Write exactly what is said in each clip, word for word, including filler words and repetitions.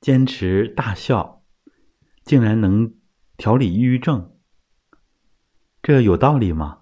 坚持大笑，竟然能调理抑郁症，这有道理吗？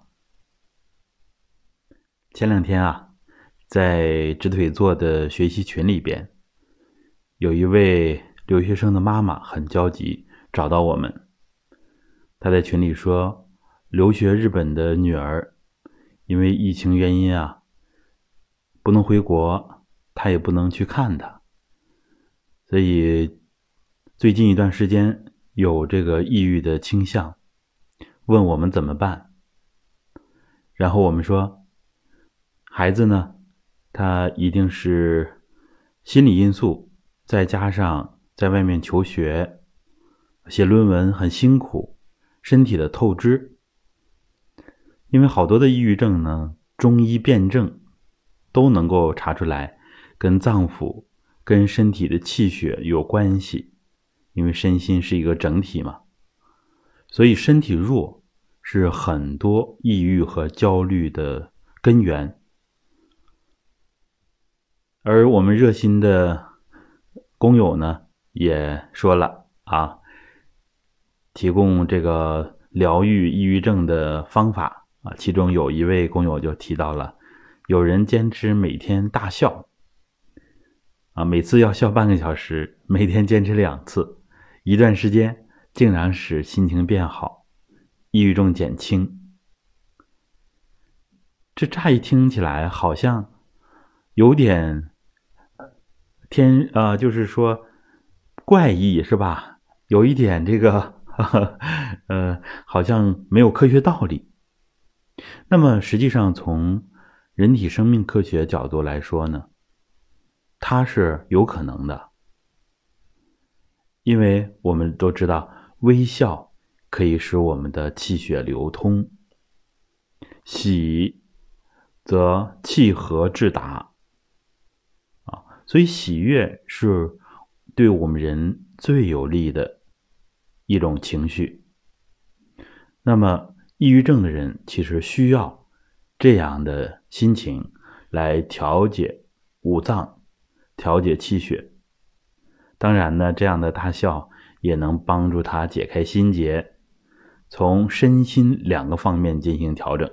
前两天啊，在直腿坐的学习群里边，有一位留学生的妈妈很焦急，找到我们。她在群里说，留学日本的女儿因为疫情原因啊，不能回国，她也不能去看她，所以最近一段时间有这个抑郁的倾向，问我们怎么办。然后我们说，孩子呢，他一定是心理因素，再加上在外面求学写论文很辛苦，身体的透支。因为好多的抑郁症呢，中医辨证都能够查出来跟脏腑跟身体的气血有关系，因为身心是一个整体嘛，所以身体弱是很多抑郁和焦虑的根源。而我们热心的工友呢也说了啊，提供这个疗愈抑郁症的方法啊，其中有一位工友就提到了，有人坚持每天大笑啊，每次要笑半个小时，每天坚持两次，一段时间竟然使心情变好，抑郁症减轻。这乍一听起来好像有点天啊、呃，就是说怪异是吧？有一点这个呵呵呃，好像没有科学道理。那么实际上从人体生命科学角度来说呢，它是有可能的。因为我们都知道，微笑可以使我们的气血流通，喜则气和至达啊，所以喜悦是对我们人最有利的一种情绪。那么抑郁症的人其实需要这样的心情来调节五脏，调节气血。当然呢，这样的大笑也能帮助他解开心结，从身心两个方面进行调整。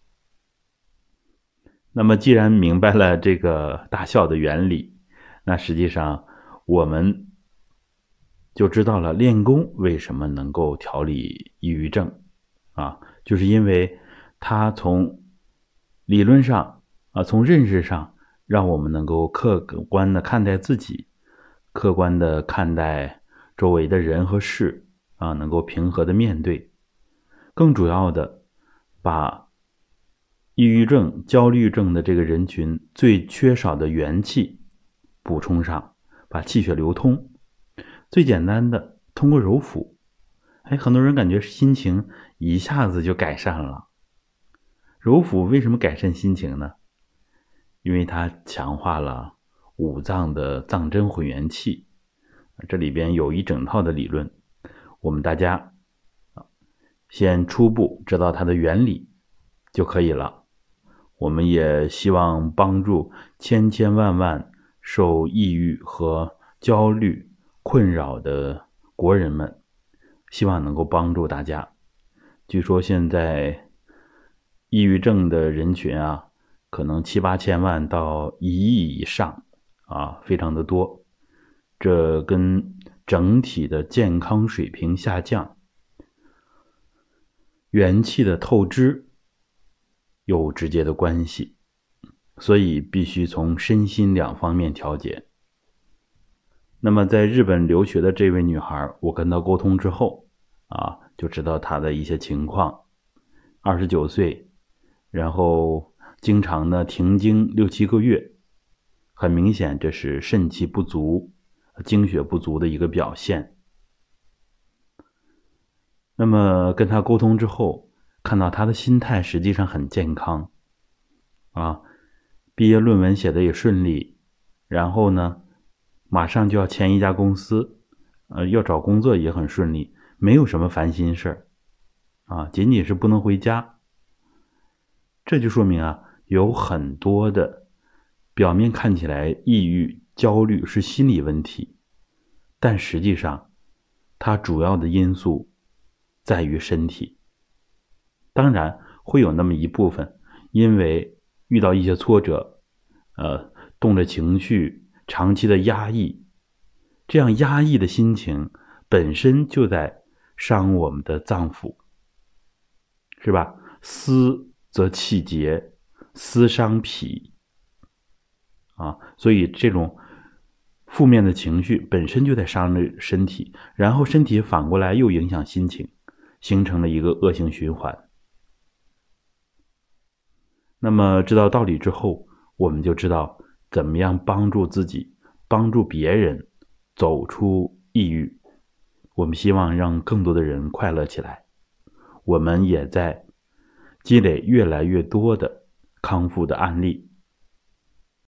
那么既然明白了这个大笑的原理，那实际上我们就知道了练功为什么能够调理抑郁症啊，就是因为它从理论上啊，从认识上让我们能够客观的看待自己，客观的看待周围的人和事啊，能够平和的面对。更主要的，把抑郁症、焦虑症的这个人群最缺少的元气补充上，把气血流通。最简单的，通过揉腹，哎，很多人感觉心情一下子就改善了。揉腹为什么改善心情呢？因为它强化了五脏的脏真混元气，这里边有一整套的理论，我们大家先初步知道它的原理就可以了。我们也希望帮助千千万万受抑郁和焦虑困扰的国人们，希望能够帮助大家。据说现在抑郁症的人群啊，可能七八千万到一亿以上啊，非常的多。这跟整体的健康水平下降、元气的透支有直接的关系，所以必须从身心两方面调节。那么在日本留学的这位女孩，我跟她沟通之后啊，就知道她的一些情况。二十九岁，然后经常呢停经六七个月，很明显这是肾气不足、精血不足的一个表现。那么跟她沟通之后，看到她的心态实际上很健康啊，毕业论文写的也顺利，然后呢马上就要签一家公司，呃，要找工作也很顺利，没有什么烦心事儿啊，仅仅是不能回家。这就说明啊，有很多的表面看起来抑郁、焦虑是心理问题， 但实际上它主要的因素在于身体。当然会有那么一部分因为遇到一些挫折，呃，动着情绪，长期的压抑，这样压抑的心情本身就在伤我们的脏腑，是吧？思则气结，思伤脾啊，所以这种负面的情绪本身就在伤着身体，然后身体反过来又影响心情，形成了一个恶性循环。那么知道道理之后，我们就知道怎么样帮助自己，帮助别人走出抑郁。我们希望让更多的人快乐起来，我们也在积累越来越多的康复的案例。